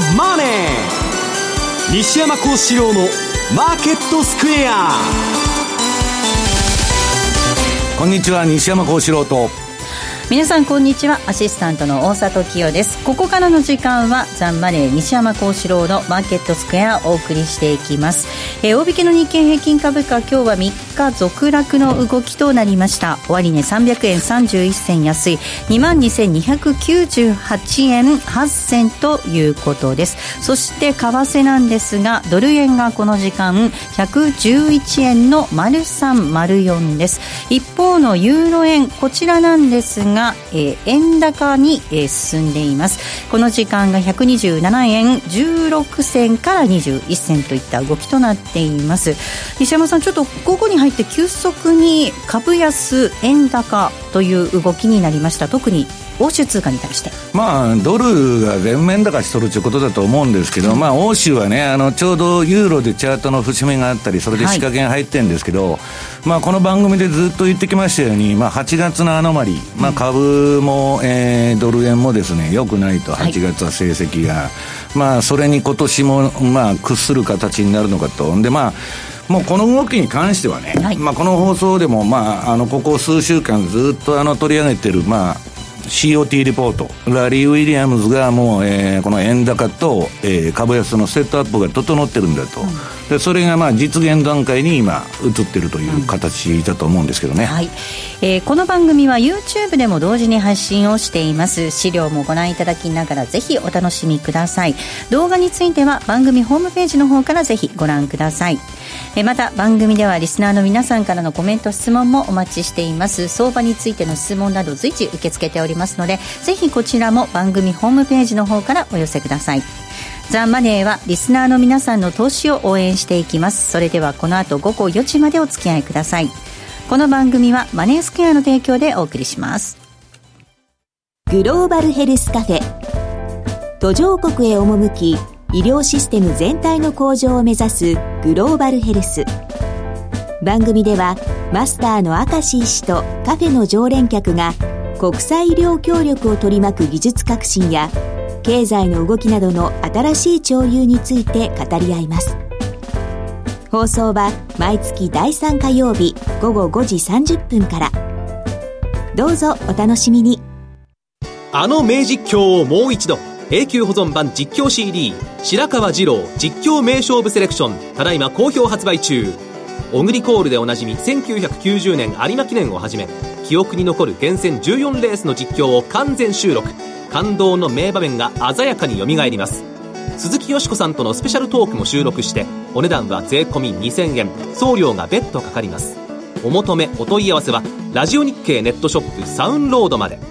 マネー。西山孝四郎のマーケットスクエア。 こんにちは、西山孝四郎と。 皆さんこんにちは、アシスタントの大里清です。ここからの時間はザンマネー西山孝四郎のマーケットスクエアをお送りしていきます。大引けの日経平均株価、今日は3日続落の動きとなりました。終値300円31銭安い 22,298 円8銭ということです。そして為替なんですが、ドル円がこの時間111円の0304です。一方のユーロ円、こちらなんですが円高に進んでいます。この時間が127円16銭から21銭といった動きとなっています。西山さん、ちょっと午後に入って急速に株安円高という動きになりました。特に欧州通貨に対して、 ドルが全面高しとるということだと思うんですけど、欧州はね、ちょうどユーロでチャートの節目があったり、それで仕掛けが入ってるんですけど、この番組でずっと言ってきましたように、8月のアノマリ、株も、ドル円もですね、良くないと。8月は成績が、それに今年も屈する形になるのかと。でもうこの動きに関してはね、この放送でもここ数週間ずっと取り上げてるCOT リポート、ラリー・ウィリアムズがもう、この円高と、株安のセットアップが整ってるんだと、でそれが実現段階に今移ってるという形だと思うんですけどね。 この番組は YouTube でも同時に配信をしています。資料もご覧いただきながらぜひお楽しみください。動画については番組ホームページの方からぜひご覧ください。また番組ではリスナーの皆さんからのコメント質問もお待ちしています。相場についての質問など随時受け付けておりますので、ぜひこちらも番組ホームページの方からお寄せください。ザ・マネーはリスナーの皆さんの投資を応援していきます。それではこの後午後4時までお付き合いください。この番組はマネースクエアの提供でお送りします。 グローバルヘルスカフェ、途上国へ赴き医療システム全体の向上を目指すグローバルヘルス。番組ではマスターの明石医師とカフェの常連客が国際医療協力を取り巻く技術革新や経済の動きなどの新しい潮流について語り合います。放送は毎月第3火曜日午後5時30分から。どうぞお楽しみに。 あの名実況をもう一度、永久保存版実況 CD 白川二郎実況名勝負セレクション、ただいま好評発売中。オグリコールでおなじみ1990年有馬記念をはじめ、記憶に残る厳選14レースの実況を完全収録。感動の名場面が鮮やかによみがえります。鈴木よしこさんとのスペシャルトークも収録して、お値段は税込み2000円、送料が別途かかります。お求めお問い合わせはラジオ日経ネットショップサウンロードまで。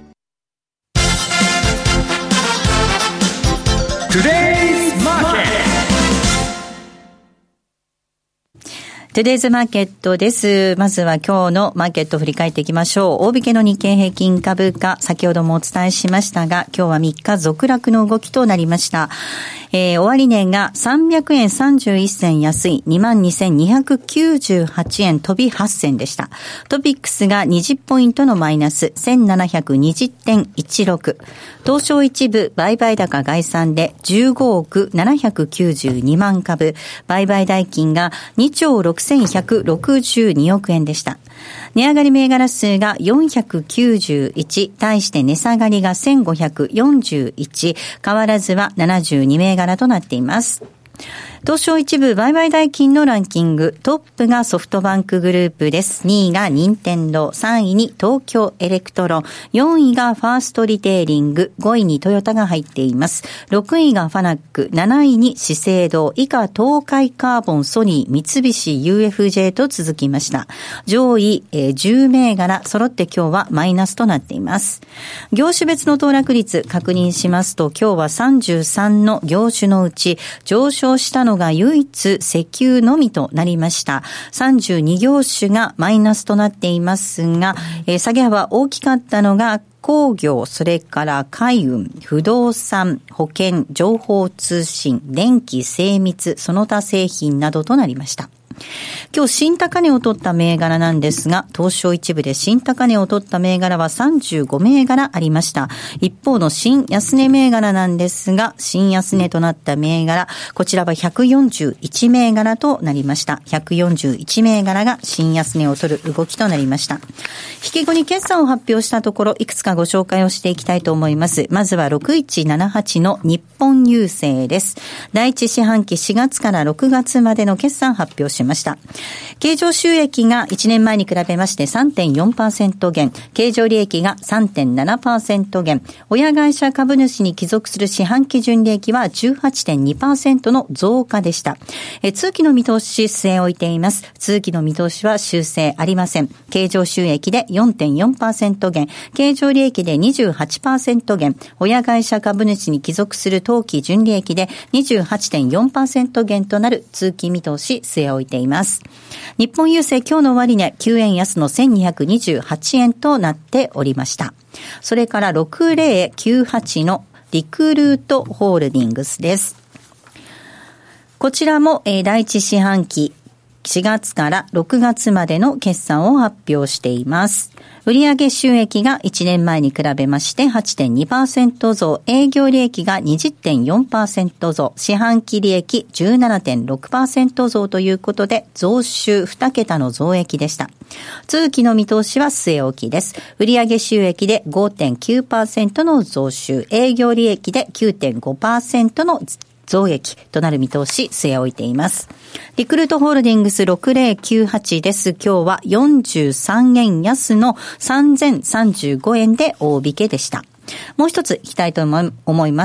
トゥデイズマーケットです。まずは今日のマーケットを振り返っていきましょう。大引けの日経平均株価、先ほどもお伝えしましたが、今日は3日続落の動きとなりました。終値が300円31銭安い 22,298 円飛び8銭でした。トピックスが20ポイントのマイナス 1720.16。東証一部売買高概算で15億792万株。売買代金が2兆6162億円でした。値上がり銘柄数が491、対して値下がりが1541、変わらずは72銘柄となっています。東証一部売買代金のランキング、トップがソフトバンクグループです。2位が任天堂、3位に東京エレクトロン、4位がファーストリテイリング、5位にトヨタが入っています。6位がファナック、7位に資生堂、以下東海カーボン、ソニー、三菱 UFJ と続きました。上位、10銘柄揃って今日はマイナスとなっています。業種別の騰落率確認しますと、今日は33の業種のうち上昇したのが唯一石油のみとなりました。32業種がマイナスとなっていますが、下げ幅大きかったのが工業、それから海運、不動産、保険、情報通信、電気、精密、その他製品などとなりました。 今日新高値を取った銘柄なんですが、東証一部で新高値を取った銘柄は35銘柄ありました。一方の新安値銘柄なんですが、新安値となった銘柄、こちらは141銘柄となりました。141銘柄が新安値を取る動きとなりました。引け後に決算を発表したところ、いくつかご紹介をしていきたいと思います。まずは6178の日本郵政です。第一四半期4月から6月までの決算発表しました。経常収益が1年前に比べまして 3.4% 減、経常利益が 3.7% 減、親会社株主に帰属する四半期純利益は 18.2% の増加でした。通期の見通し据え置いています。通期の見通しは修正ありません。経常収益で 4.4% 減、経常利益で 28% 減、親会社株主に帰属する当期純利益で 28.4% 減となる通期見通し据え置いています。日本郵政今日の終値9円安の1228円となっておりました。それから6098のリクルートホールディングスです。こちらも第一四半期4月から6月までの決算を発表しています。売上収益が1年前に比べまして 8.2% 増、営業利益が 20.4% 増、四半期利益 17.6% 増ということで、増収2桁の増益でした。通期の見通しは据え置きです。売上収益で 5.9% の増収、営業利益で 9.5% の増益となる見通し据え置いています。リクルートホールディングス6098です。今日は43円安の3035円で大引けでした。もう一ついきたいと思います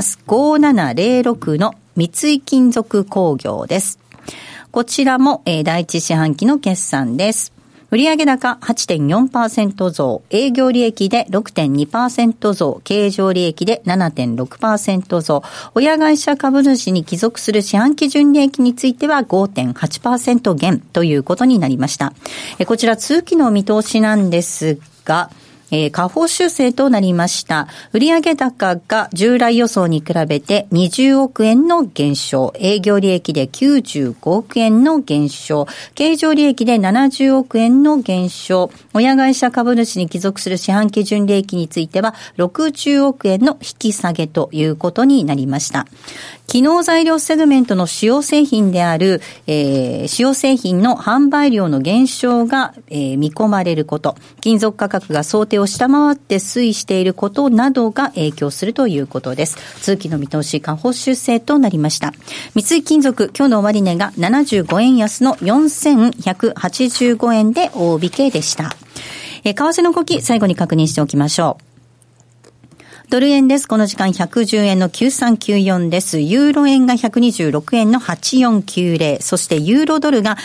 。5706の三井金属工業です。こちらも第一四半期の決算です。売上高 8.4% 増、営業利益で 6.2% 増、経常利益で 7.6% 増、親会社株主に帰属する四半期純利益については 5.8% 減ということになりました。こちら通期の見通しなんですが、下方修正となりました。売上高が従来予想に比べて20億円の減少、営業利益で95億円の減少、経常利益で70億円の減少、親会社株主に帰属する四半期純利益については60億円の引き下げということになりました。機能材料セグメントの主要製品である、主要製品の販売量の減少が、見込まれること、金属価格が想定を下回って推移していることなどが影響するということです。通期の見通し下方修正となりました。三井金属今日の終値が75円安の4185円で大引けでした。為替の動き最後に確認しておきましょう。ドル円です。この時間110円の9394です。ユーロ円が126円の8490。そしてユーロドルが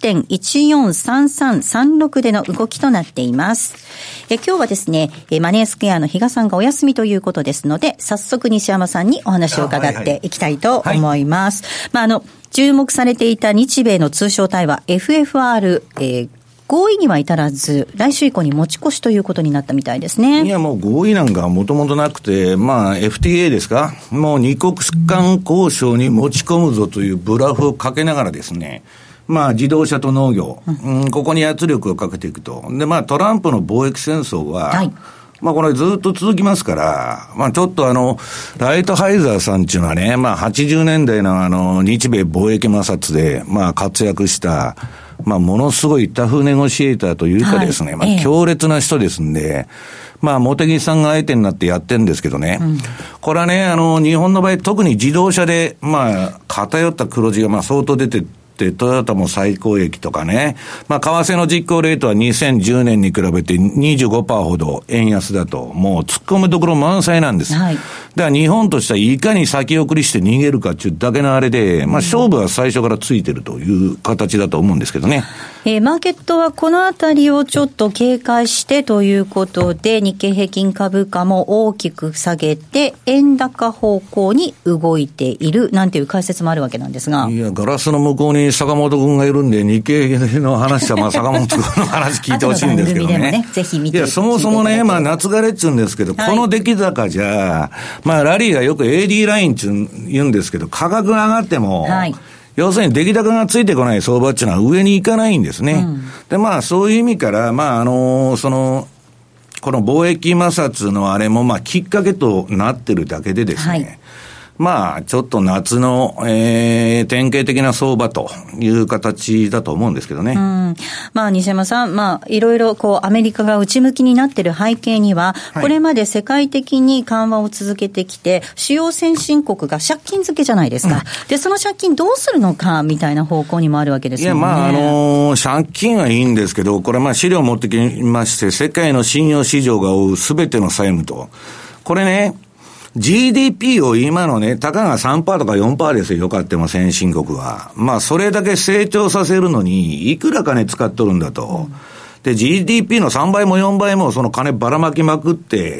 1.143336 での動きとなっています。今日はですね、マネースクエアの比嘉さんがお休みということですので、早速西山さんにお話を伺っていきたいと思います。注目されていた日米の通商対話 FFR、合意には至らず、来週以降に持ち越しということになったみたいですね。 いや、もう合意なんかもともとなくて、FTA ですか、もう二国間交渉に持ち込むぞというブラフをかけながらですね、自動車と農業、ここに圧力をかけていくと。で、トランプの貿易戦争は、これずっと続きますから、ちょっとライトハイザーさんっていうのはね、80年代の日米貿易摩擦で、活躍した、ものすごいタフネゴシエーターというかですね、強烈な人ですんで、茂木さんが相手になってやってるんですけどね、これはね、日本の場合、特に自動車で、偏った黒字が相当出てトヨタも最高益とかね、為替の実行レートは2010年に比べて 25% ほど円安だと、もう突っ込むところ満載なんです。だから日本としてはいかに先送りして逃げるかっていうだけのあれで、勝負は最初からついてるという形だと思うんですけどね。 マーケットはこのあたりをちょっと警戒してということで、日経平均株価も大きく下げて円高方向に動いているなんていう解説もあるわけなんですが、 いや、ガラスの向こうに坂本君がいるんで、日経の話は坂本君の話聞いてほしいんですけどね。 ぜひ見ていや、そもそもね、夏枯れっちゅうんですけど、この出来高じゃ、ラリーがよく AD ラインって言うんですけど、価格が上がっても、 要するに出来高がついてこない相場っていうのは上に行かないんですね。で、まあそういう意味から、まあこの貿易摩擦のあれもまあきっかけとなってるだけでですね、まあちょっと夏の、典型的な相場という形だと思うんですけどね。 まあ西山さん、まあいろいろアメリカが内向きになっている背景には、これまで世界的に緩和を続けてきて、主要先進国が借金付けじゃないですか。で、その借金どうするのかみたいな方向にもあるわけですよね。 いや、まあ借金はいいんですけど、これまあ資料を持ってきまして、世界の信用市場が負うすべての債務と。これね、GDP を今のね、たかが 3% とか 4% ですよ、よかっても先進国は。まあ、それだけ成長させるのに、いくら金使っとるんだと。で、GDP の3倍も4倍もその金ばらまきまくって、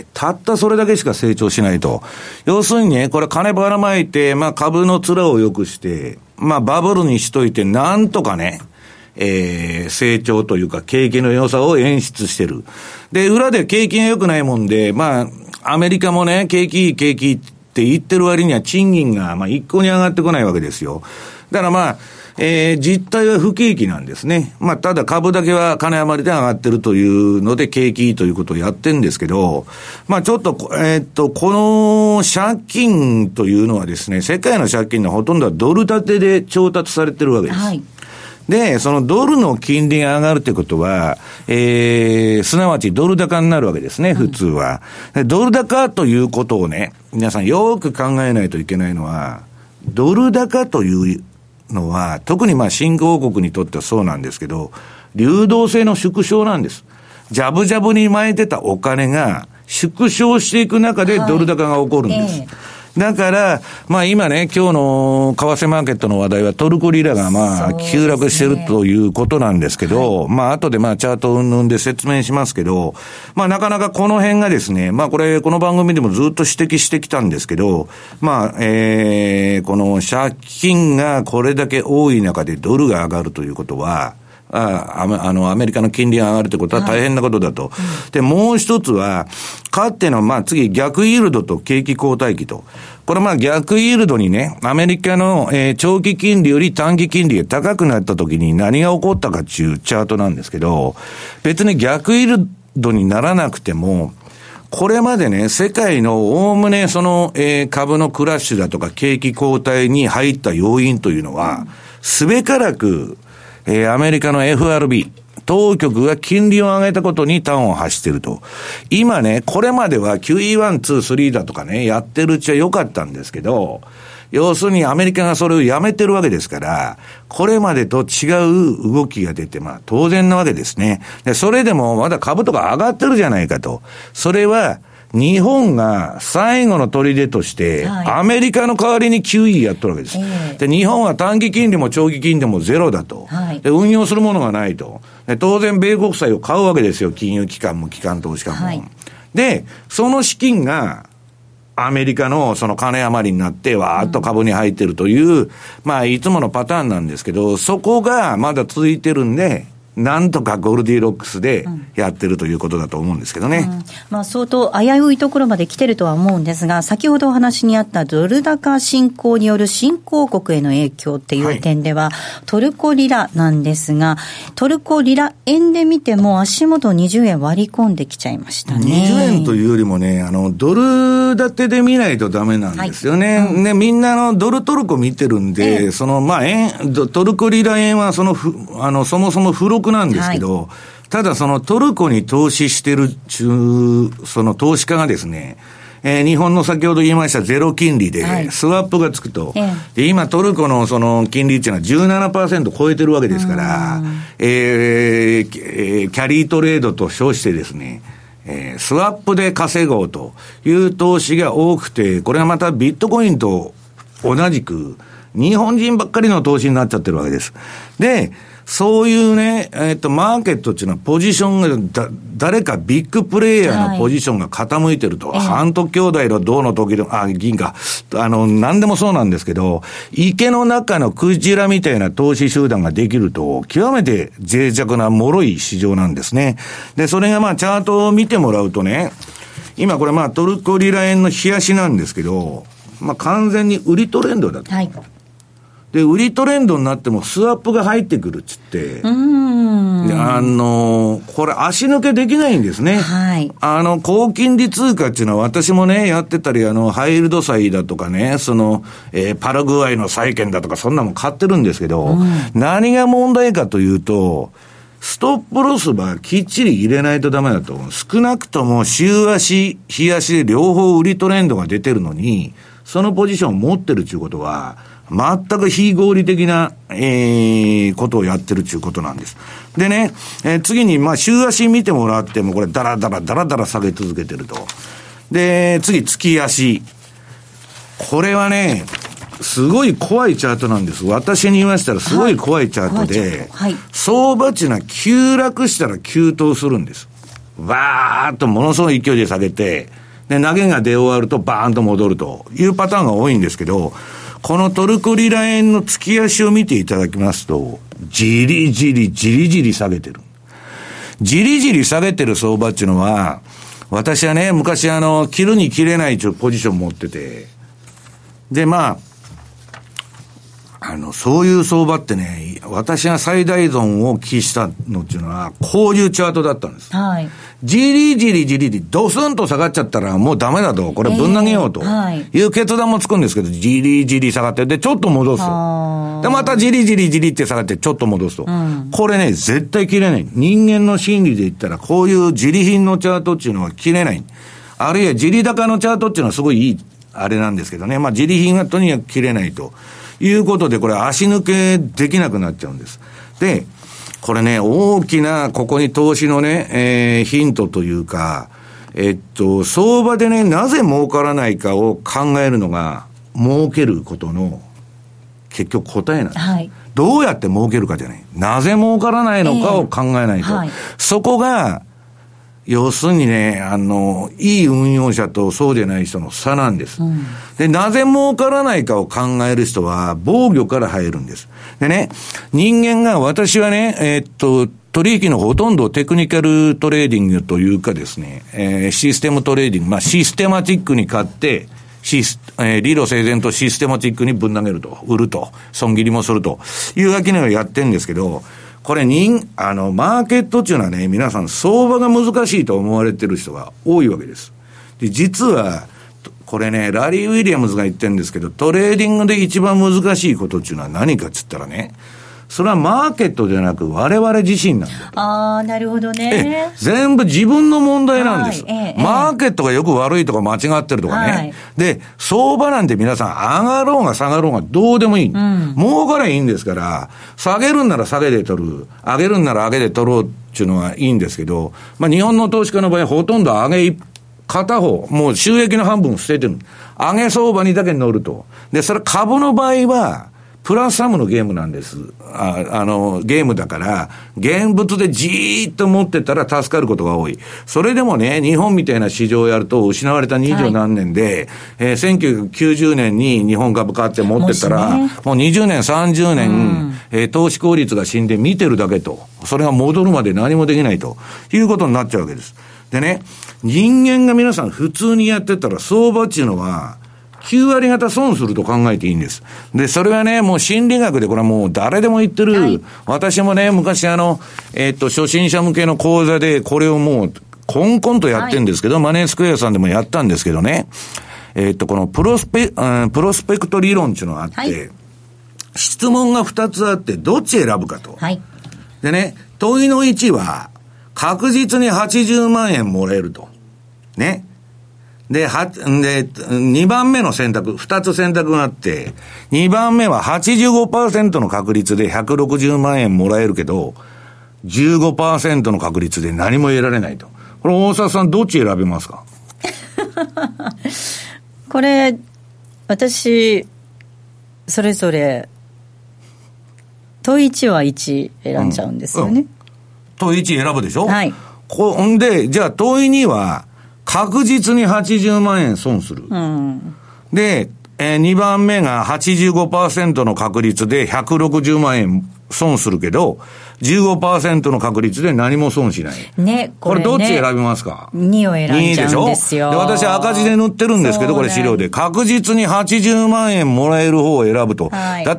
たったそれだけしか成長しないと。要するにね、これ金ばらまいて、まあ、株の面を良くして、まあ、バブルにしといて、なんとかね、成長というか景気の良さを演出してる。で、裏で景気が良くないもんで、まあ、アメリカもね、景気って言ってる割には賃金が、まあ、一向に上がってこないわけですよ。だからまあ、実態は不景気なんですね。まあ、ただ株だけは金余りで上がってるというので、景気ということをやってるんですけど、まあ、ちょっと、この借金というのはですね、世界の借金のほとんどはドル建てで調達されてるわけです。はい。で、そのドルの金利が上がるということは、すなわちドル高になるわけですね、普通は。ドル高ということをね、皆さんよく考えないといけないのは、ドル高というのは、特にまあ新興国にとってはそうなんですけど、流動性の縮小なんです。ジャブジャブに巻いてたお金が縮小していく中でドル高が起こるんです。だから、まあ今ね、今日の為替マーケットの話題はトルコリラがまあ急落してるということなんですけど、まあ後でまあチャート云々で説明しますけど、まあなかなかこの辺がですね、まあこの番組でもずっと指摘してきたんですけど、まあ、この借金がこれだけ多い中でドルが上がるということは、アメリカの金利が上がるということは大変なことだと。で、もう一つは、かつての、まあ次逆イールドと景気後退期と。これまあ逆イールドにね、アメリカの、長期金利より短期金利が高くなった時に何が起こったかっていうチャートなんですけど、別に逆イールドにならなくても、これまでね、世界のおおむねその、株のクラッシュだとか景気後退に入った要因というのは、すべからく、アメリカの FRB、当局が金利を上げたことに端を発していると。今ね、これまでは QE1、2、3だとかね、やってるうちは良かったんですけど、要するにアメリカがそれをやめてるわけですから、これまでと違う動きが出て、まあ当然なわけですね。で、それでもまだ株とか上がってるじゃないかと。それは、日本が最後の砦として、アメリカの代わりに QE やっとるわけです。で、日本は短期金利も長期金利もゼロだと。で、運用するものがないと。で、当然米国債を買うわけですよ。金融機関も機関投資家も。で、その資金が、アメリカのその金余りになってわーっと株に入ってるという、まあいつものパターンなんですけど、そこがまだ続いてるんで、なんとかゴルディロックスでやってるということだと思うんですけどね。 まあ相当危ういところまで来てるとは思うんですが、先ほどお話にあったドル高進行による新興国への影響っていう点では、トルコリラなんですが、トルコリラ円で見ても足元20円割り込んできちゃいましたね。 20円というよりもね、ドル建てで見ないとダメなんですよね。ね、みんなドルトルコ見てるんで、そのまあトルコリラ円はそもそも付録なんですけど、ただそのトルコに投資してるその投資家がですね、日本の先ほど言いましたゼロ金利でスワップがつくと、で今トルコのその金利っていうのは 17% 超えてるわけですから、キャリートレードと称してですね、スワップで稼ごうという投資が多くて、これはまたビットコインと同じく日本人ばっかりの投資になっちゃってるわけです。で、そういうね、マーケットっていうのはポジションが誰かビッグプレイヤーのポジションが傾いてると、ハント兄弟の銅の時の、銀か、何でもそうなんですけど、池の中のクジラみたいな投資集団ができると、極めて脆弱な脆い市場なんですね。で、それがまあチャートを見てもらうとね、今これまあトルコリラ円の冷やしなんですけど、まあ完全に売りトレンドだと。 で、売りトレンドになってもスワップが入ってくるっつって、これ足抜けできないんですね。 はい。 高金利通貨っていうのは私もね、やってたり、ハイールド債だとかね、パラグアイの債券だとかそんなもん買ってるんですけど、何が問題かというと、ストップロスはきっちり入れないとダメだと。少なくとも週足、日足で両方売りトレンドが出てるのに、そのポジションを持ってるっていうことは、全く非合理的な、ことをやってるっていうことなんです。でね、次に、週足見てもらっても、これ、ダラダラ下げ続けてると。で、次、月足。これはね、すごい怖いチャートなんです。私に言いましたらすごい怖いチャートで、はい、相場値が急落したら急騰するんです。バーッとものすごい勢いで下げて、で、投げが出終わるとバーンと戻るというパターンが多いんですけど、このトルコリラ円の月足を見ていただきますと、じりじり下げてる。じりじり下げてる相場っていうのは、私はね、昔切るに切れないポジション持ってて、で、そういう相場ってね、私が最大損を期したのっていうのは、こういうチャートだったんです。はい。じりじり、ドスンと下がっちゃったらもうダメだと、これぶん投げようという決断もつくんですけど、じり下がって、で、ちょっと戻すと。で、またじりって下がって、ちょっと戻すと。これね、絶対切れない。人間の心理で言ったら、こういうじり品のチャートっていうのは切れない。あるいはじり高のチャートっていうのはすごいいい、あれなんですけどね。じり品はとにかく切れないと。いうことで、これ足抜けできなくなっちゃうんです。で、これね、大きな、ここに投資のね、ヒントというか、相場でね、なぜ儲からないかを考えるのが、儲けることの、結局答えなんです。はい。どうやって儲けるかじゃない。なぜ儲からないのかを考えないと。はい、そこが、要するにね、いい運用者とそうでない人の差なんです。で、なぜ儲からないかを考える人は、防御から入るんです。でね、人間が、私はね、取引のほとんどテクニカルトレーディングというかですね、システムトレーディング、システマティックに買って、理路整然とシステマティックにぶん投げると、売ると、損切りもするというわけにはやってるんですけど、これマーケットっていうのはね、皆さん相場が難しいと思われてる人が多いわけです。で、実は、これね、ラリー・ウィリアムズが言ってるんですけど、トレーディングで一番難しいことっていうのは何かっつったらね、それはマーケットじゃなく我々自身なんだと。 ああ、なるほどね。 全部自分の問題なんです。マーケットがよく悪いとか間違ってるとかね。はい、で、相場なんて皆さん上がろうが下がろうがどうでもいい。儲からいいんですから、下げるんなら下げで取る、上げるんなら上げで取ろうっていうのはいいんですけど、日本の投資家の場合ほとんど上げ片方、もう収益の半分捨ててる。上げ相場にだけ乗ると。で、それ株の場合は、プラスサムのゲームなんです。ゲームだから、現物でじーっと持ってたら助かることが多い。それでもね、日本みたいな市場をやると失われた20何年で、1990年に日本株買って持ってたら、もう20年、30年、投資効率が死んで見てるだけと。それが戻るまで何もできないということになっちゃうわけです。でね、人間が皆さん普通にやってたら相場っていうのは、9割方損すると考えていいんです。で、それはね、もう心理学でこれはもう誰でも言ってる。はい、私もね、昔初心者向けの講座でこれをもう、コンコンとやってるんですけど、マネースクエアさんでもやったんですけどね、このプロスペクト理論っていうのがあって、はい、質問が2つあって、どっち選ぶかと。はい、でね、問いの1は、確実に80万円もらえると。ね。で、2番目の選択、2つ選択があって、2番目は 85% の確率で160万円もらえるけど、15% の確率で何も得られないと。これ大沢さんどっち選べますか？ これ、私、それぞれ、問1は1選んじゃうんですよね。 問1選ぶでしょ？はい。 んで、じゃあ問2は、確実に80万円損する。で、2番目が 85% の確率で160万円損するけど、 15% の確率で何も損しない。 ね、 これどっち選びますか？ 2 を選んじゃうんですよ。 で、私赤字で塗ってるんですけど、これ資料で。確実に80万円もらえる方を選ぶと。はい、だって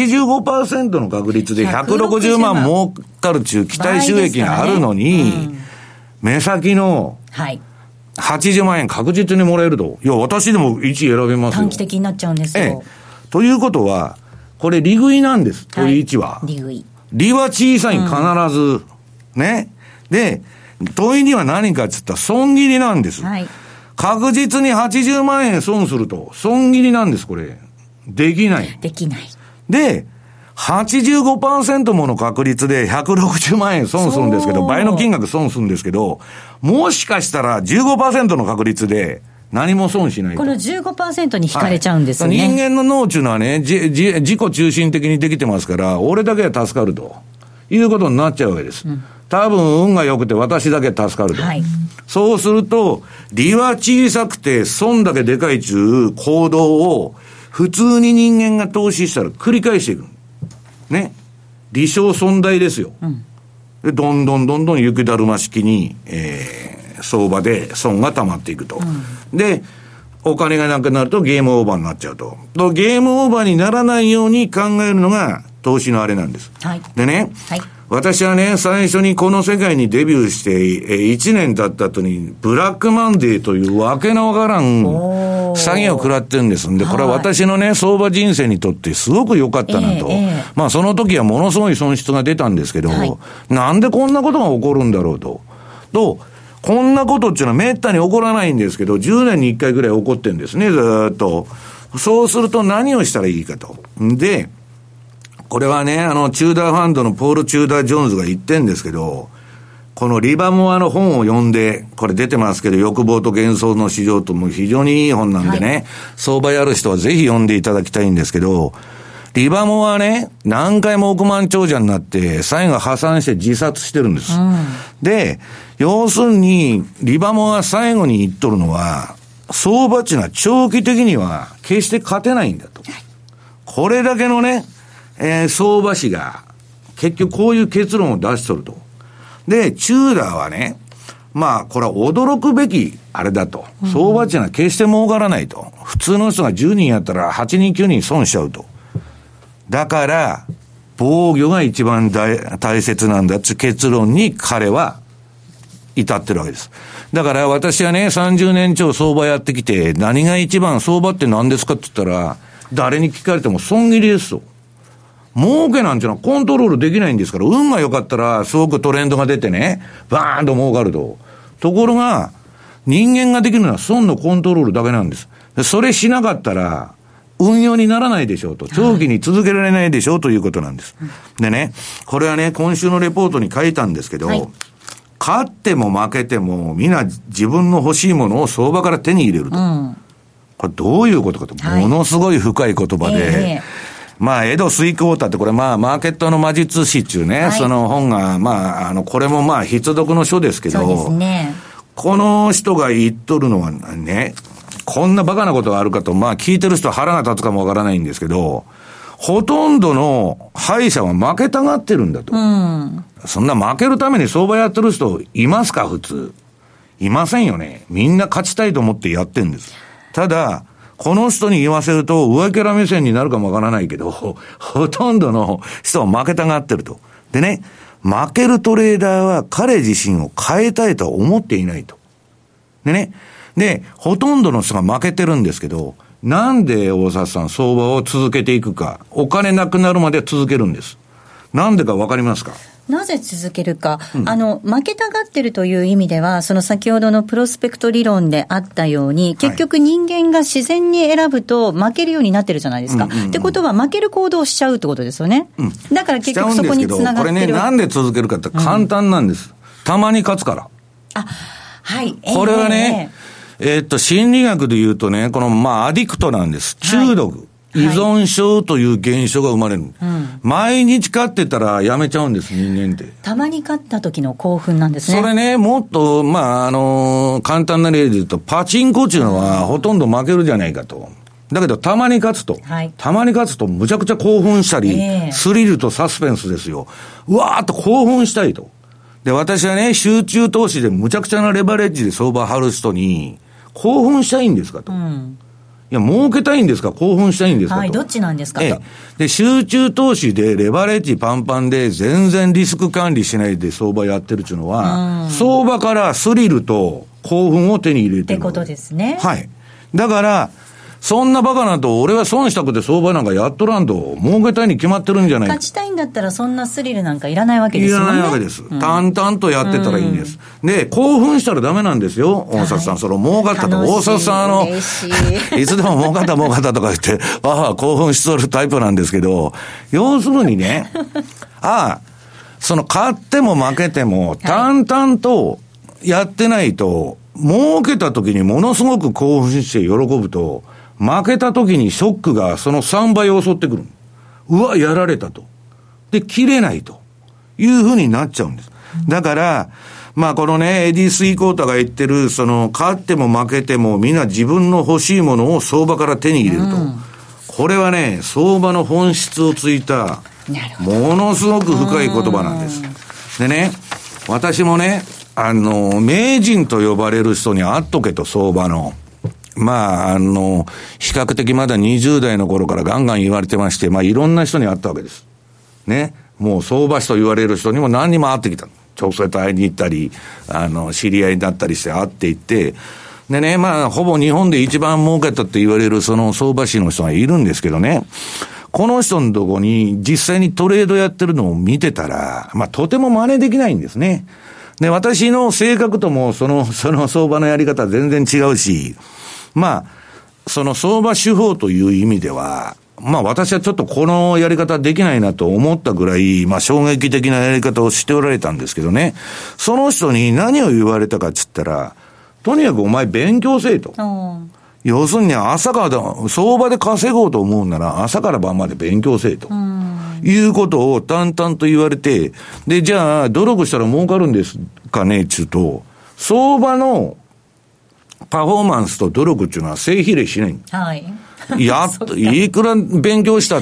85% の確率で160万儲かるっていう期待収益があるのに、目先の、80万円確実にもらえると。いや、私でも1選びますよ。 短期的になっちゃうんですよ。 ということは、これ利食いなんです。取り位置は。 利食い。 利は小さい、必ず。ね。で、問いには何かって言ったら損切りなんです。はい。確実に80万円損すると、損切りなんです、これ。できない。 できない。 で、85% もの確率で160万円損するんですけど、倍の金額損するんですけど、もしかしたら 15% の確率で何も損しないと。 この 15% に引かれちゃうんですよね。 人間の脳っていうのはね、自己中心的にできてますから、俺だけは助かるということになっちゃうわけです。多分運が良くて私だけ助かると。はい、そうすると、利は小さくて損だけでかいという行動を普通に人間が投資したら繰り返していく。ね。利小損大ですよ。で、どんどん雪だるま式に、相場で損が溜まっていくと。で、お金がなくなるとゲームオーバーになっちゃうと。ゲームオーバーにならないように考えるのが投資のあれなんです。はい、でね、私はね、最初にこの世界にデビューして、1年経った後に、ブラックマンデーというわけのわからん詐欺を食らってるんですんで、これは私のね、相場人生にとってすごく良かったなと。まあその時はものすごい損失が出たんですけど、なんでこんなことが起こるんだろうと。こんなことっていうのはめったに起こらないんですけど、10年に1回ぐらい起こってるんですね、ずーっと。そうすると何をしたらいいかと。で、これはね、チューダーファンドのポール・チューダー・ジョーンズが言ってんですけど、このリバモアの本を読んで、これ出てますけど、欲望と幻想の市場とも非常にいい本なんでね、相場やる人はぜひ読んでいただきたいんですけど、リバモアはね、何回も億万長者になって、最後破産して自殺してるんです。で、要するに、リバモアは最後に言っとるのは、相場っていうのは長期的には決して勝てないんだと。これだけのね、相場師が結局こういう結論を出しとると。で、チューダーはね、まあこれは驚くべきあれだと。相場っていうのは決して儲からないと。普通の人が10人やったら8人9人損しちゃうと。だから防御が一番大切なんだって結論に彼は至ってるわけです。だから私はね、30年超相場やってきて、何が一番相場って何ですかって言ったら、誰に聞かれても損切りですと。儲けなんていうのはコントロールできないんですから、運が良かったらすごくトレンドが出てね、バーンと儲かると。ところが、人間ができるのは損のコントロールだけなんです。それしなかったら、運用にならないでしょうと。長期に続けられないでしょうということなんです。でね、これはね、今週のレポートに書いたんですけど、勝っても負けても、みんな自分の欲しいものを相場から手に入れると。これどういうことかと。ものすごい深い言葉で、まあ、エド・スイクウォーターってこれまあ、マーケットの魔術師っていうね、その本が、まあ、これもまあ、必読の書ですけど、 そうですね。 この人が言っとるのはね、こんなバカなことがあるかと、まあ、聞いてる人は腹が立つかもわからないんですけど、ほとんどの敗者は負けたがってるんだと。そんな負けるために相場やってる人いますか、普通。いませんよね。みんな勝ちたいと思ってやってるんです。ただ、この人に言わせると上キャラ目線になるかもわからないけど、ほとんどの人は負けたがってると。でね、負けるトレーダーは彼自身を変えたいとは思っていないと。でね、で、ほとんどの人が負けてるんですけど、なんで大札さん相場を続けていくか、お金なくなるまで続けるんです。なんでかわかりますか？ なぜ続けるか、負けたがってるという意味では、その先ほどのプロスペクト理論であったように、結局人間が自然に選ぶと負けるようになってるじゃないですか。ってことは負ける行動をしちゃうってことですよね。だから結局そこにつながってる。 これね、なんで続けるかって簡単なんです。たまに勝つから。 はい。 これはね、心理学で言うとね、このまあアディクトなんです。中毒。依存症という現象が生まれる、毎日勝ってたらやめちゃうんです、人間って。 たまに勝った時の興奮なんですね。 それね、もっとまあ簡単な例で言うとパチンコっていうのはほとんど負けるじゃないかと。 だけどたまに勝つと、たまに勝つとむちゃくちゃ興奮したり、スリルとサスペンスですよ。うわーっと興奮したいと。で、私はね、集中投資でむちゃくちゃなレバレッジで相場張る人に、興奮したいんですかと。いや、儲けたいんですか、興奮したいんですかと。 どっちなんですかと。 で、集中投資でレバレッジパンパンで全然リスク管理しないで相場やってるっていうのは、相場からスリルと興奮を手に入れてる。 ってことですね。 はい。だから、そんなバカなと、俺は損したくて相場なんかやっとらんと、儲けたいに決まってるんじゃないか。 勝ちたいんだったらそんなスリルなんかいらないわけですよね。 いらないわけです。淡々とやってたらいいんです。で、興奮したらダメなんですよ。大札さん、その儲かったと。大札さんいつでも儲かったとか言って、ああ、興奮しとるタイプなんですけど、要するにね、その勝っても負けても、淡々とやってないと、儲けた時にものすごく興奮して喜ぶと、負けた時にショックがその3倍襲ってくる。うわ、やられたと。で、切れないというふうになっちゃうんです。だから、まあこのね、エディ・スイコータが言ってる、その、勝っても負けてもみんな自分の欲しいものを相場から手に入れると。これはね、相場の本質をついた、ものすごく深い言葉なんです。でね、私もね、名人と呼ばれる人に会っとけと、相場の。まあ、比較的まだ20代の頃からガンガン言われてまして、まあいろんな人に会ったわけです。ね。もう相場師と言われる人にも何人も会ってきた。直接会いに行ったり、知り合いだったりして会っていって、でね、まあほぼ日本で一番儲けたって言われるその相場師の人がいるんですけどね。この人のとこに実際にトレードやってるのを見てたら、まあとても真似できないんですね。で、私の性格ともその相場のやり方は全然違うし、まあ、その相場手法という意味では、まあ私はちょっとこのやり方できないなと思ったぐらい、まあ衝撃的なやり方をしておられたんですけどね。その人に何を言われたかっつったら、とにかくお前勉強せえと。要するに朝から相場で稼ごうと思うなら朝から晩まで勉強せえと。いうことを淡々と言われて、で、じゃあ努力したら儲かるんですかねって言うと、相場のパフォーマンスと努力っていうのは正比例しない。 はい。 いくら勉強したって、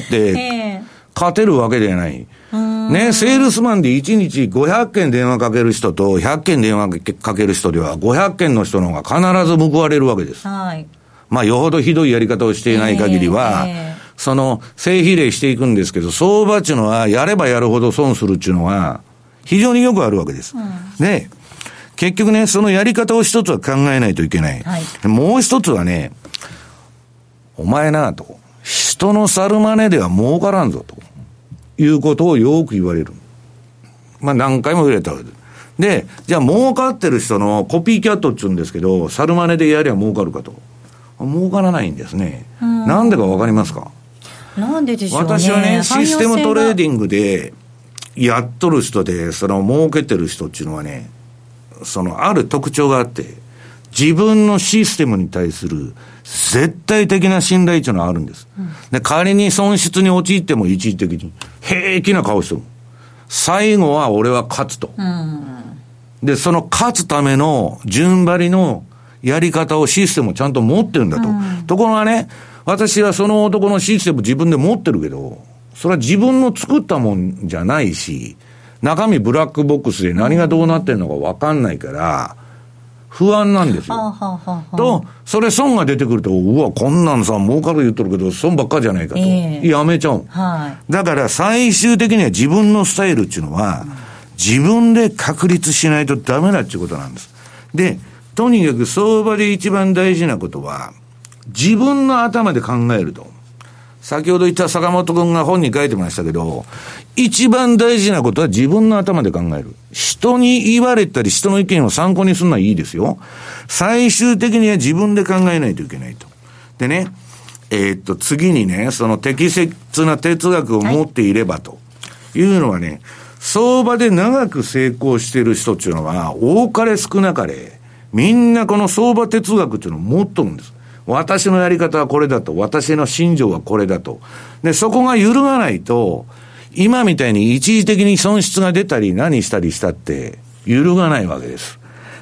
勝てるわけではない。ね、セールスマンで1日500件電話かける人と100件電話かける人では500件の人の方が必ず報われるわけです。はい。まあ、よほどひどいやり方をしていない限りは、その、正比例していくんですけど、相場っていうのは、やればやるほど損するっていうのは、非常によくあるわけです。で、結局ね、そのやり方を一つは考えないといけない。はい、もう一つはね、お前なと、人の猿真似では儲からんぞということをよく言われる。まあ何回も言われたわけです。で、じゃあ儲かってる人のコピーキャットって言うんですけど、猿真似でやりゃ儲かるかと。儲からないんですね。なんでかわかりますか？ なんででしょうね。 私はね、システムトレーディングでやっとる人で、その儲けてる人っていうのはね、そのある特徴があって、自分のシステムに対する絶対的な信頼っていうのはあるんです。で、仮に損失に陥っても一時的に平気な顔してる。最後は俺は勝つと。で、その勝つための順張りのやり方をシステムをちゃんと持ってるんだと。ところがね、私はその男のシステム自分で持ってるけど、それは自分の作ったもんじゃないし、中身ブラックボックスで何がどうなってるのか分かんないから、不安なんですよ。と、それ損が出てくると、うわ、こんなんさ、儲かる言っとるけど、損ばっかじゃないかと。やめちゃう。だから最終的には自分のスタイルっていうのは、自分で確立しないとダメだっていうことなんです。で、とにかく相場で一番大事なことは、自分の頭で考えると。先ほど言った坂本くんが本に書いてましたけど、一番大事なことは自分の頭で考える。人に言われたり人の意見を参考にするのはいいですよ。最終的には自分で考えないといけないと。でね、次にね、その適切な哲学を持っていればというのはね、相場で長く成功している人っていうのは、多かれ少なかれ、みんなこの相場哲学っていうのを持っとるんです。私のやり方はこれだと。私の信条はこれだと。で、そこが揺るがないと、今みたいに一時的に損失が出たり何したりしたって揺るがないわけです。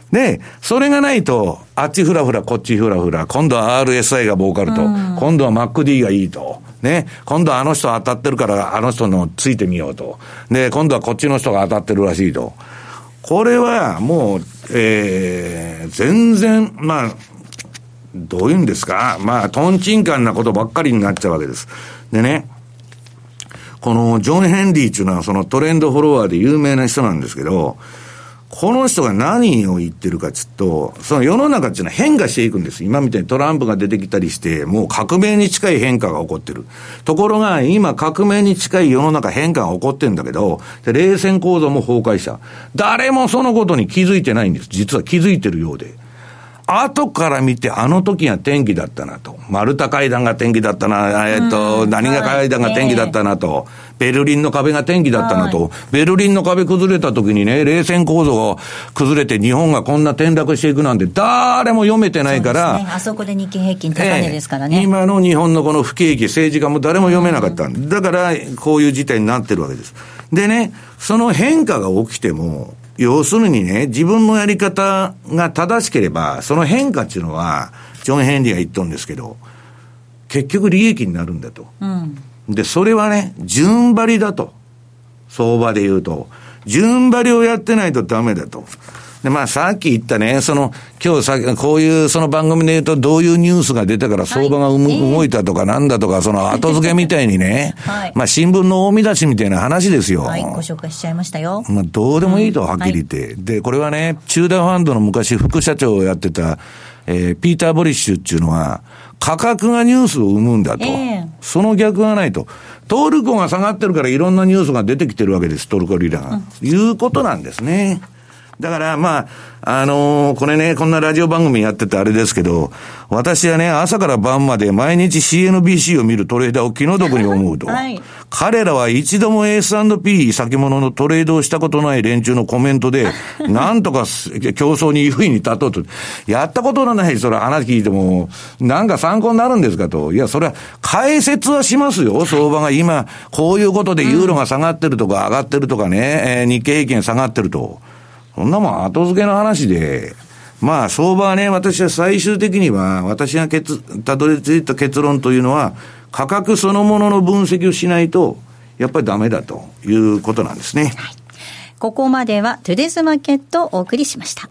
で、それがないと、あっちフラフラ、こっちフラフラ、今度は RSI が儲かると、今度は MacD がいいと、ね、今度はあの人当たってるからあの人のついてみようと。で、今度はこっちの人が当たってるらしいと。これはもう、全然、まあ、どういうんですか、まあ、トンチンカンなことばっかりになっちゃうわけです。でね、このジョン・ヘンリーっていうのはそのトレンドフォロワーで有名な人なんですけど、この人が何を言ってるかちょっと、その世の中っていうのは変化していくんです。今みたいにトランプが出てきたりして、もう革命に近い変化が起こってる。ところが、今革命に近い世の中変化が起こってるんだけど、で冷戦構造も崩壊した。誰もそのことに気づいてないんです。実は気づいてるようで。後から見て、あの時が転機だったなと。マルタ会談が転機だったな、何が会談が転機だったなと。ベルリンの壁が転機だったなと。ベルリンの壁崩れた時にね、冷戦構造が崩れて日本がこんな転落していくなんて誰も読めてないから。 そうですね。あそこで日経平均高値ですからね。 今の日本のこの不景気、政治家も誰も読めなかった。だから、こういう事態になってるわけです。でね、その変化が起きても、要するにね、自分のやり方が正しければ、その変化っていうのは、ジョン・ヘンリーが言っとるんですけど、結局利益になるんだと。で、それはね、順張りだと。相場で言うと。順張りをやってないとダメだと。で、まあさっき言ったね、今日こういうその番組で言うとどういうニュースが出たから相場が動いたとかなんだとか、その後付けみたいにね、まあ新聞の大見出しみたいな話ですよ。 はい、ご紹介しちゃいましたよ。 まあどうでもいいと、はっきり言って。で、これはね、チューダーファンドの昔副社長をやってた、ピーター・ボリッシュっていうのは、価格がニュースを生むんだと。その逆がないと。トルコが下がってるからいろんなニュースが出てきてるわけです、トルコリラが。いうことなんですね。だから、まあ、これね、こんなラジオ番組やっててあれですけど、私はね、朝から晩まで毎日 CNBC を見るトレーダーを気の毒に思うと。はい、彼らは一度も S&P 先物のトレードをしたことない連中のコメントで、なんとか競争に優位に立とうと。やったことのない、それ話聞いても、なんか参考になるんですかと。いや、それは解説はしますよ。相場が今、こういうことでユーロが下がってるとか上がってるとかね、日経平均下がってると。そんなもん後付けの話で、まあ相場はね、私は最終的には、私がたどり着いた結論というのは、価格そのものの分析をしないと、やっぱりダメだということなんですね。はい、 ここまではトゥデイズマーケットをお送りしました。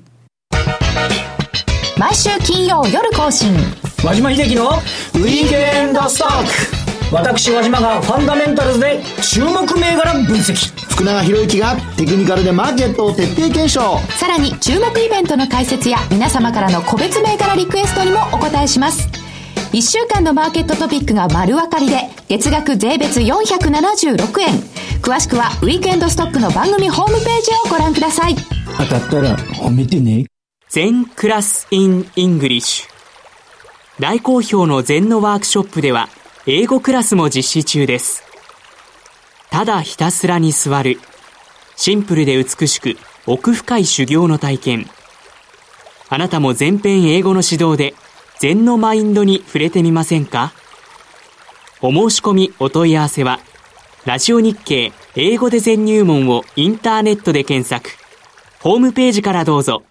毎週金曜夜更新。 和島秀樹のウィークエンドストック。私和島がファンダメンタルズで注目銘柄分析。 福永博之がテクニカルでマーケットを徹底検証。 さらに注目イベントの解説や皆様からの個別銘柄リクエストにもお答えします。1週間のマーケットトピックが丸分かりで月額税別476円。詳しくはウィークエンドストックの番組ホームページをご覧ください。 当たったら褒めてね。 全クラスインイングリッシュ。大好評の全のワークショップでは英語クラスも実施中です。ただひたすらに座る。シンプルで美しく奥深い修行の体験。あなたも全編英語の指導で禅のマインドに触れてみませんか？お申し込みお問い合わせはラジオ日経英語で禅入門をインターネットで検索。ホームページからどうぞ。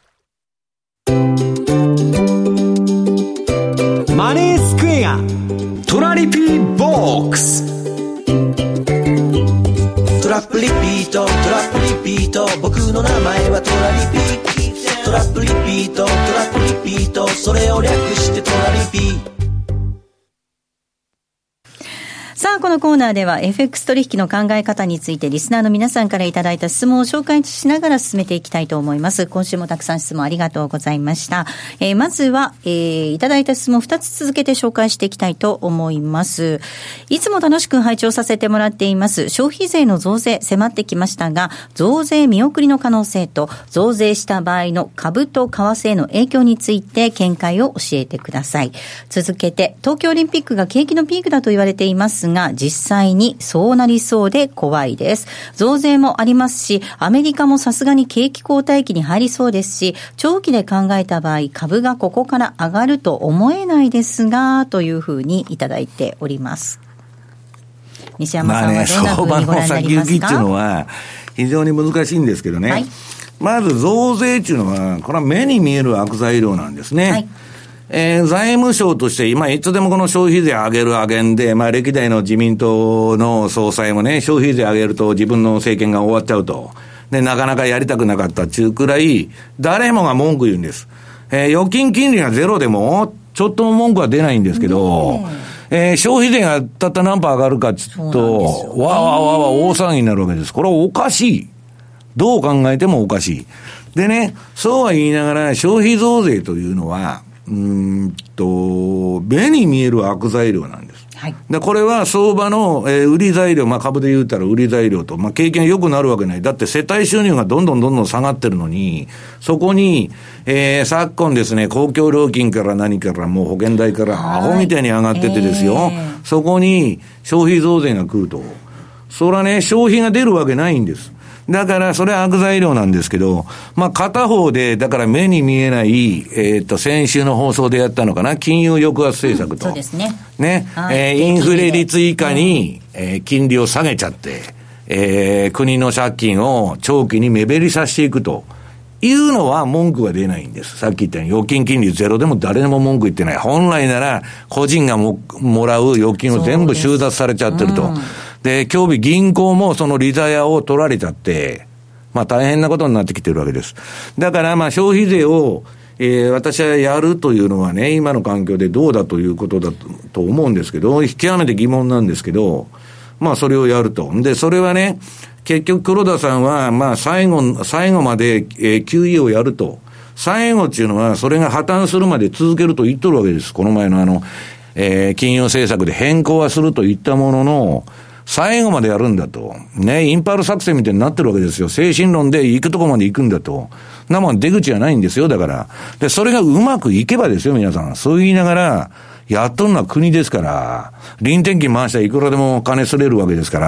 マネースクエアトラリピーボックス。 トラップリピートトラップリピート、僕の名前はトラリピ。トラップリピートトラップリピート、それを略してトラリピ。 さあ、このコーナーでは FX 取引の考え方についてリスナーの皆さんからいただいた質問を紹介しながら進めていきたいと思います。今週もたくさん質問ありがとうございました。まずは、いただいた質問2つ続けて紹介していきたいと思います。いつも楽しく拝聴させてもらっています消費税の増税迫ってきましたが、増税見送りの可能性と増税した場合の株と為替への影響について見解を教えてください。続けて、東京オリンピックが景気のピークだと言われていますが、実際にそうなりそうで怖いです。増税もありますし、アメリカもさすがに景気後退期に入りそうですし、長期で考えた場合株がここから上がると思えないですが、というふうにいただいております。西山さんはどんなふうにご覧になりますか？ 相場の先行きっていうのは非常に難しいんですけどね、はい、 まず増税っていうのは、これは目に見える悪材料なんですね。はい。財務省として今いつでもこの消費税上げんで、歴代の自民党の総裁もね、消費税上げると自分の政権が終わっちゃうと。で、なかなかやりたくなかったっていうくらい、誰もが文句言うんです。預金金利がゼロでも、ちょっとも文句は出ないんですけど、消費税がたった何%上がるかって言うと、わー大騒ぎになるわけです。これはおかしい。どう考えてもおかしい。でね、そうは言いながら消費増税というのは、目に見える悪材料なんです。はい。で、これは相場の、売り材料、株で言うたら売り材料と、経験良くなるわけない。だって世帯収入がどんどん下がってるのに、そこに、昨今ですね、公共料金から何からもう保険代からアホみたいに上がっててですよ。そこに消費増税が来ると。それはね、消費が出るわけないんです。だから、それは悪材料なんですけど、片方で、だから目に見えない、先週の放送でやったのかな、金融抑圧政策と。 そうですね。 ね、インフレ率以下に、金利を下げちゃって、国の借金を長期に目減りさせていくというのは文句が出ないんです。さっき言ったように、預金金利ゼロでも誰でも文句言ってない。本来なら、個人がもらう預金を全部収奪されちゃってると。で、今日銀行もその利ざやを取られちゃって、大変なことになってきてるわけです。だから消費税を、私はやるというのはね、今の環境でどうだということだと思うんですけど、極めて疑問なんですけど、それをやると。で、それはね、結局黒田さんは、最後まで、QE をやると。最後っていうのは、それが破綻するまで続けると言っとるわけです。この前の金融政策で変更はすると言ったものの、最後までやるんだと。ね、インパール作戦みたいになってるわけですよ。精神論で行くとこまで行くんだと。出口はないんですよ、だから。で、それがうまくいけばですよ、皆さん。そう言いながら、やっとるのは国ですから、臨転機回したらいくらでも金すれるわけですから、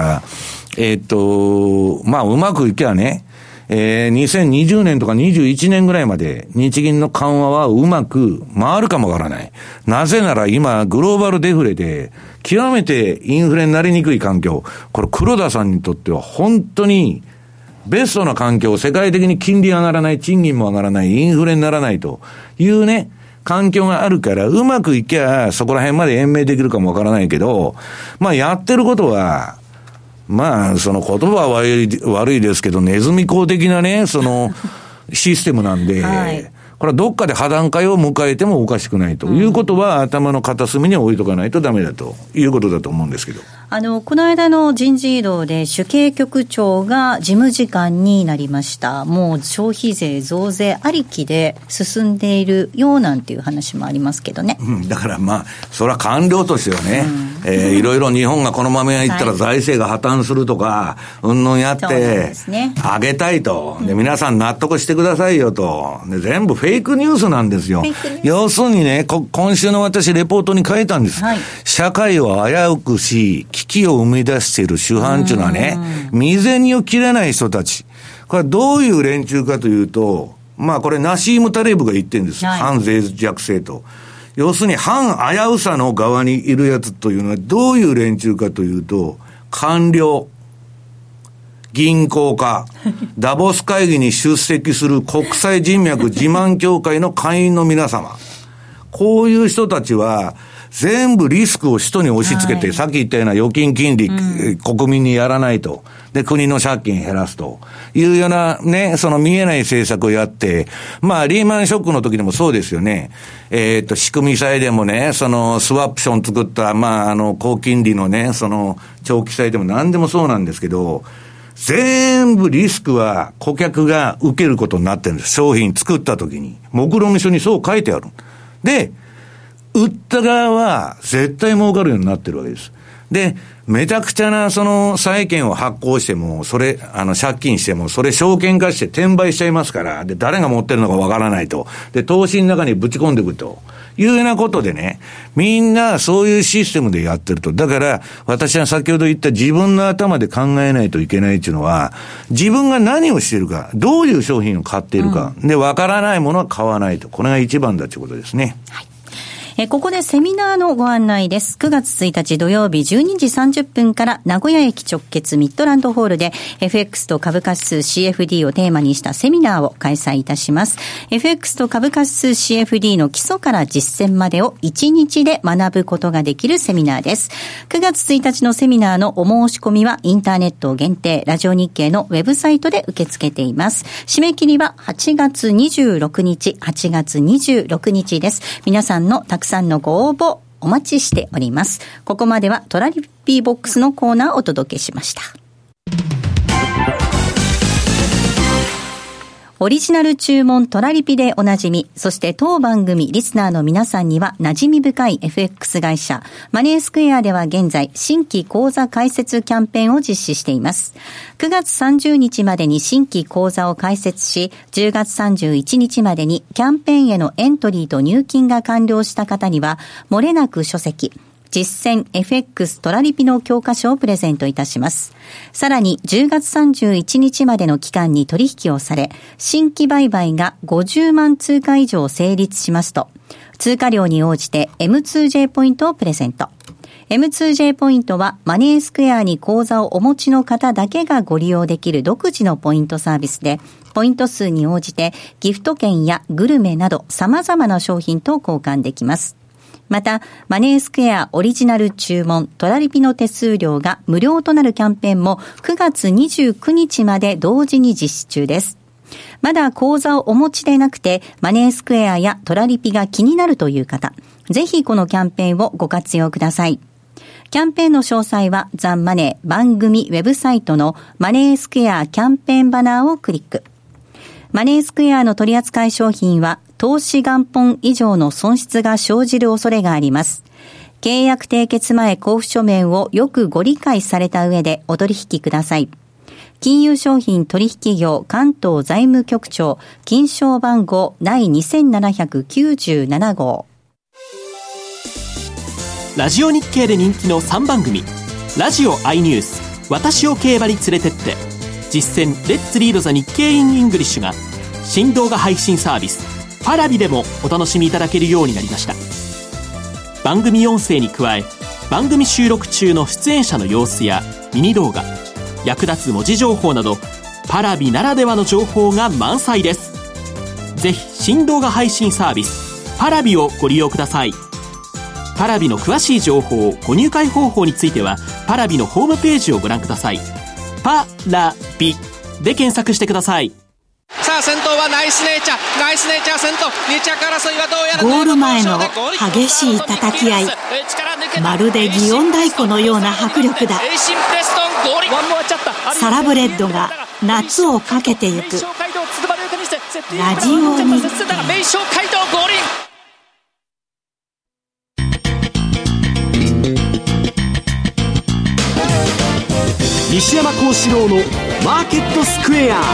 うまくいけばね、2020年とか21年ぐらいまで日銀の緩和はうまく回るかもわからない。なぜなら今グローバルデフレで極めてインフレになりにくい環境。これ黒田さんにとっては本当にベストな環境、世界的に金利上がらない、賃金も上がらない、インフレにならないというね、環境があるからうまくいけばそこら辺まで延命できるかもわからないけど、やってることはその言葉は悪いですけど、ネズミ講的なね、そのシステムなんで、はい、これはどっかで破談会を迎えてもおかしくないということは、頭の片隅に置いとかないとダメだということだと思うんですけど。 この間の人事異動で主計局長が事務次官になりました。もう消費税増税ありきで進んでいるようなんていう話もありますけどね。 だからそれは官僚としてはね、いろいろ日本がこのままいったら財政が破綻するとか、うんぬんやって、上げたいと。で、皆さん納得してくださいよと。で、全部フェイクニュースなんですよ。要するにね、今週の私レポートに書いたんです。はい、社会を危うくし、危機を生み出している主犯っていうのはね、身銭を切れない人たち。これはどういう連中かというと、これナシーム・タレブが言ってるんです。はい、反脆弱性と。要するに反危うさの側にいるやつというのはどういう連中かというと、官僚、銀行家、ダボス会議に出席する国際人脈自慢協会の会員の皆様。こういう人たちは、全部リスクを人に押し付けて、さっき言ったような預金金利、国民にやらないと。で、国の借金減らすというようなね、その見えない政策をやって、リーマンショックの時でもそうですよね。仕組み債でもね、そのスワップション作った、高金利のね、その長期債でも何でもそうなんですけど、全部リスクは顧客が受けることになってるんです。商品作った時に。目論見書にそう書いてある。で、売った側は絶対儲かるようになってるわけです。で、めちゃくちゃなその債券を発行しても、それ、借金しても、それ証券化して転売しちゃいますから、で、誰が持ってるのかわからないと。で、投資の中にぶち込んでいくと。いうようなことでね、みんなそういうシステムでやってると。だから、私は先ほど言った自分の頭で考えないといけないっていうのは、自分が何をしているか、どういう商品を買っているか、で、わからないものは買わないと。これが一番だということですね。 はい。 ここでセミナーのご案内です。9月1日土曜日12時30分から名古屋駅直結ミッドランドホールで FX と株価指数 CFD をテーマにしたセミナーを開催いたします。FX と株価指数 CFD の基礎から実践までを1日で学ぶことができるセミナーです。9月1日のセミナーのお申し込みはインターネットを限定、ラジオ日経のウェブサイトで受け付けています。締め切りは8月26日、8月26日です。皆さんのたくさんのご応募お待ちしております。ここまではトラリピーボックスのコーナーをお届けしました。オリジナル注文トラリピでおなじみ、そして当番組リスナーの皆さんには馴染み深い FX 会社マネースクエアでは現在新規口座開設キャンペーンを実施しています。9月30日までに新規口座を開設し、10月31日までにキャンペーンへのエントリーと入金が完了した方には漏れなく書籍実践 FX トラリピの教科書をプレゼントいたします。さらに10月31日までの期間に取引をされ、新規売買が50万通貨以上成立しますと、通貨量に応じて M2J ポイントをプレゼント。M2J ポイントはマネースクエアに口座をお持ちの方だけがご利用できる独自のポイントサービスで、ポイント数に応じてギフト券やグルメなど様々な商品と交換できます。また、マネースクエアオリジナル注文トラリピの手数料が無料となるキャンペーンも9月29日まで同時に実施中です。まだ口座をお持ちでなくて、マネースクエアやトラリピが気になるという方、ぜひこのキャンペーンをご活用ください。キャンペーンの詳細はザンマネー番組ウェブサイトのマネースクエアキャンペーンバナーをクリック。マネースクエアの取扱い商品は投資元本以上の損失が生じる恐れがあります。契約締結前交付書面をよくご理解された上でお取引ください。金融商品取引業関東財務局長金賞番号第2797号。 ラジオ日経で人気の3番組、ラジオ i ニュース、私を競馬に連れてって、実践レッツリードザ日経インイングリッシュが新動画配信サービスパラビでもお楽しみいただけるようになりました。番組音声に加え、番組収録中の出演者の様子やミニ動画、役立つ文字情報などパラビならではの情報が満載です。ぜひ新動画配信サービスパラビをご利用ください。パラビの詳しい情報、ご入会方法についてはパラビのホームページをご覧ください。パラビで検索してください。 さあ先頭はナイスネイチャー、ナイスネイチャー先頭、2着争いはどうやらゴール前の激しい叩き合い、まるで祇園太鼓のような迫力だ。サラブレッドが夏をかけてゆく。ラジオ日経。 西山幸四郎のマーケットスクエア。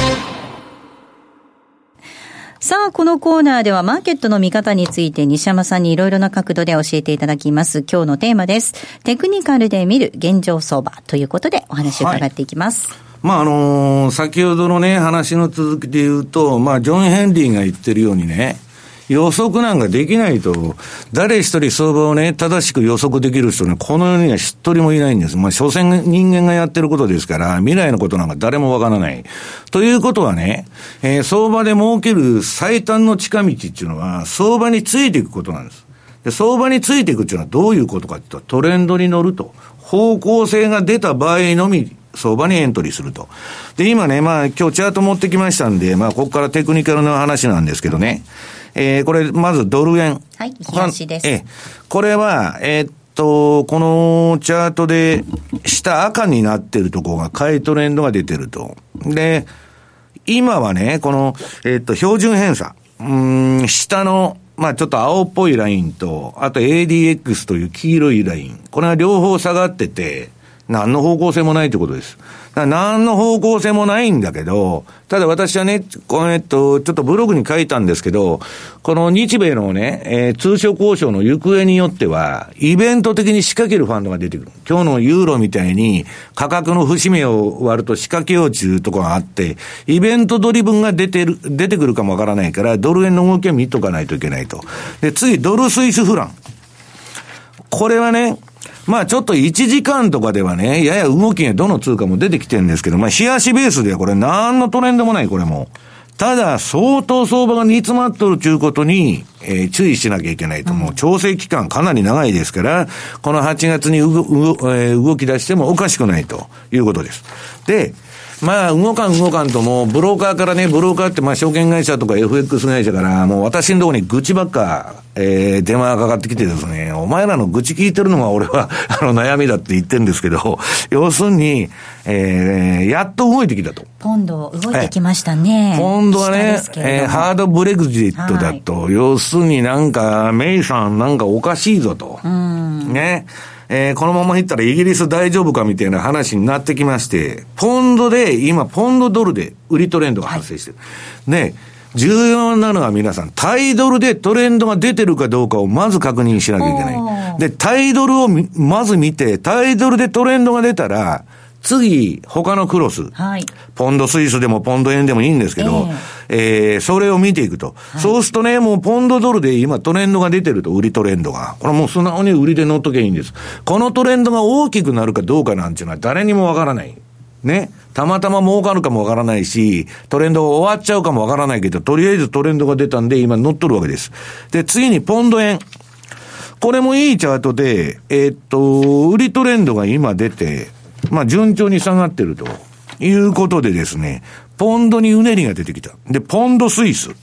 さあ、このコーナーではマーケットの見方について西山さんにいろいろな角度で教えていただきます。今日のテーマです。テクニカルで見る現状相場ということでお話を伺っていきます。 はい、先ほどのね、話の続きで言うと、ジョン・ヘンリーが言ってるようにね、予測なんかできないと、誰一人相場をね、正しく予測できる人ね、この世には一人もいないんです。所詮人間がやってることですから、未来のことなんか誰もわからない。ということはね、相場で儲ける最短の近道っていうのは、相場についていくことなんです。で、相場についていくっていうのはどういうことかっていうと、トレンドに乗ると。方向性が出た場合のみ、相場にエントリーすると。で、今ね、今日チャート持ってきましたんで、ここからテクニカルの話なんですけどね。これ、まずドル円。 はい、東です。 これは、このチャートで、下赤になってるところが買いトレンドが出てると。で、今はね、この、標準偏差。下の、ちょっと青っぽいラインと、あと ADX という黄色いライン。これが両方下がってて、 何の方向性もないということです。だから何の方向性もないんだけど、ただ私はね、ちょっとブログに書いたんですけど、この日米のね、通商交渉の行方によっては、イベント的に仕掛けるファンドが出てくる。今日のユーロみたいに価格の節目を割ると仕掛けようというところがあって、イベントドリブンが出てくるかもわからないから、ドル円の動きを見とかないといけないと。で、次、ドルスイスフラン。これはね、まあちょっと1時間とかではね、やや動きがどの通貨も出てきてるんですけど、まあ日足ベースではこれ何のトレンドもない、これも。ただ、相当相場が煮詰まっとるということに、注意しなきゃいけないと。もう調整期間かなり長いですから、この8月に動き出してもおかしくないということです。で、まあ、動かんともう、ブローカーからね、ブローカーってまあ、証券会社とか FX 会社から、もう私のところに愚痴ばっか、電話がかかってきてですね、お前らの愚痴聞いてるのが俺は、悩みだって言ってるんですけど、要するに、やっと動いてきたと。 ポンド動いてきましたね。 ポンドはね、ハードブレグジットだと、はい、要するになんか、メイさんなんかおかしいぞと。ね。このままいったらイギリス大丈夫かみたいな話になってきまして、ポンドドルで売りトレンドが発生してる。はい、で、重要なのは皆さん、対ドルでトレンドが出てるかどうかをまず確認しなきゃいけない。で、対ドルをまず見て、対ドルでトレンドが出たら、次、他のクロス。はい。ポンドスイスでもポンド円でもいいんですけど、それを見ていくと。はい、そうするとね、もうポンドドルで今トレンドが出てると、売りトレンドが。これもう素直に売りで乗っとけばいいんです。このトレンドが大きくなるかどうかなんていうのは誰にもわからない。ね。たまたま儲かるかもわからないし、トレンドが終わっちゃうかもわからないけど、とりあえずトレンドが出たんで今乗っとるわけです。で、次にポンド円。これもいいチャートで、売りトレンドが今出て、まあ、順調に下がってるということでですね、ポンドにうねりが出てきた。で、ポンドスイス。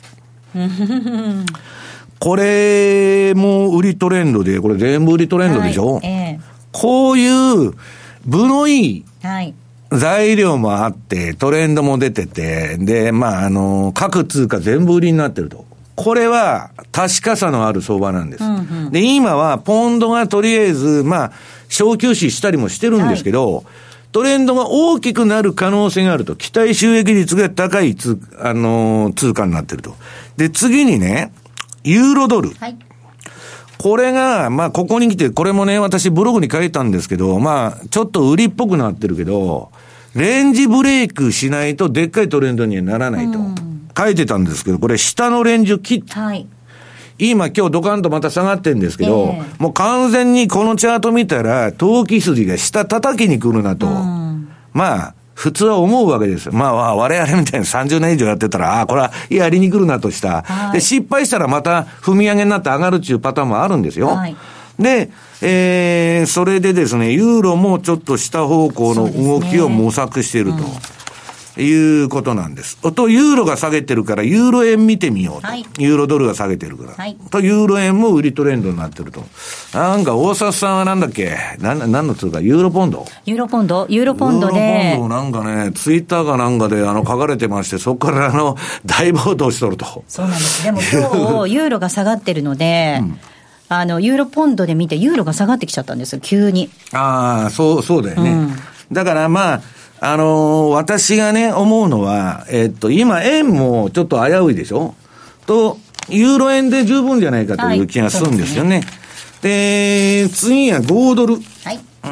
これも売りトレンドで、これ全部売りトレンドでしょ、こういう部のいい材料もあって、トレンドも出てて、で、まあ、各通貨全部売りになってると。これは確かさのある相場なんです。で、今はポンドがとりあえず、まあ、小休止したりもしてるんですけど、トレンドが大きくなる可能性があると、期待収益率が高い通貨になってると。で、次にね、ユーロドル。はい、これが、まあ、ここに来て、これもね、私ブログに書いたんですけど、まあ、ちょっと売りっぽくなってるけど、レンジブレイクしないとでっかいトレンドにはならないと。書いてたんですけど、これ下のレンジを切って、はい、今ドカンとまた下がってるんですけど、もう完全にこのチャート見たら、投機筋が下叩きに来るなと、まあ、普通は思うわけですよ。まあ、我々みたいに30年以上やってたら、これはやりに来るなとした。はい、で、失敗したらまた踏み上げになって上がるっていうパターンもあるんですよ。はい、で、それでですね、ユーロもちょっと下方向の動きを模索していると。いうことなんです。と、ユーロが下げてるから、ユーロ円見てみようと。はい、ユーロドルが下げてるから。はい、と、ユーロ円も売りトレンドになってると。なんか、大札さんはなんだっけ何の通貨ユーロポンドユーロポンドで。ユーロポンドなんかね、ツイッターかなんかで書かれてまして、そこから大暴動しとると。 そうなんです。でも今日、ユーロが下がってるので、ユーロポンドで見て、ユーロが下がってきちゃったんですよ、急に。 ああ、そうだよね。だからまあ、私がね、思うのは、今、円もちょっと危ういでしょと、ユーロ円で十分じゃないかという気がするんですよね。で、次は5ドル。はい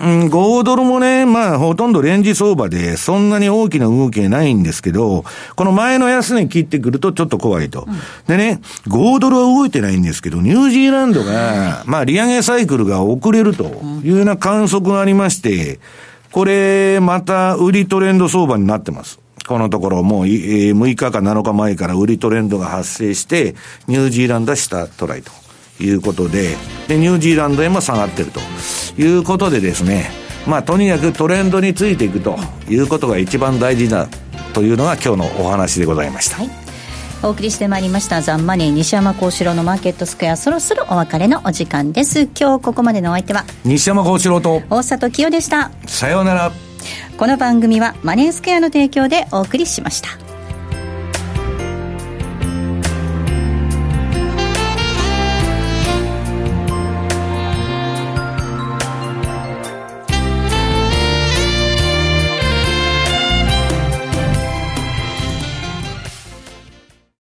。5ドルもね、まあ、ほとんどレンジ相場で、そんなに大きな動きがないんですけど、この前の安値切ってくるとちょっと怖いと。でね、5ドルは動いてないんですけど、ニュージーランドが、まあ、利上げサイクルが遅れるというような観測がありまして、これ、また、売りトレンド相場になってます。このところ、もう、6日か7日前から売りトレンドが発生して、ニュージーランドは下トライということで、で、ニュージーランド円も下がってるということでですね、まあ、とにかくトレンドについていくということが一番大事だというのが今日のお話でございました。はい、 お送りしてまいりましたザンマネー西山幸四郎のマーケットスクエア、そろそろお別れのお時間です。今日ここまでのお相手は西山幸四郎と大里清でした。 さようなら。 この番組はマネースクエアの提供でお送りしました。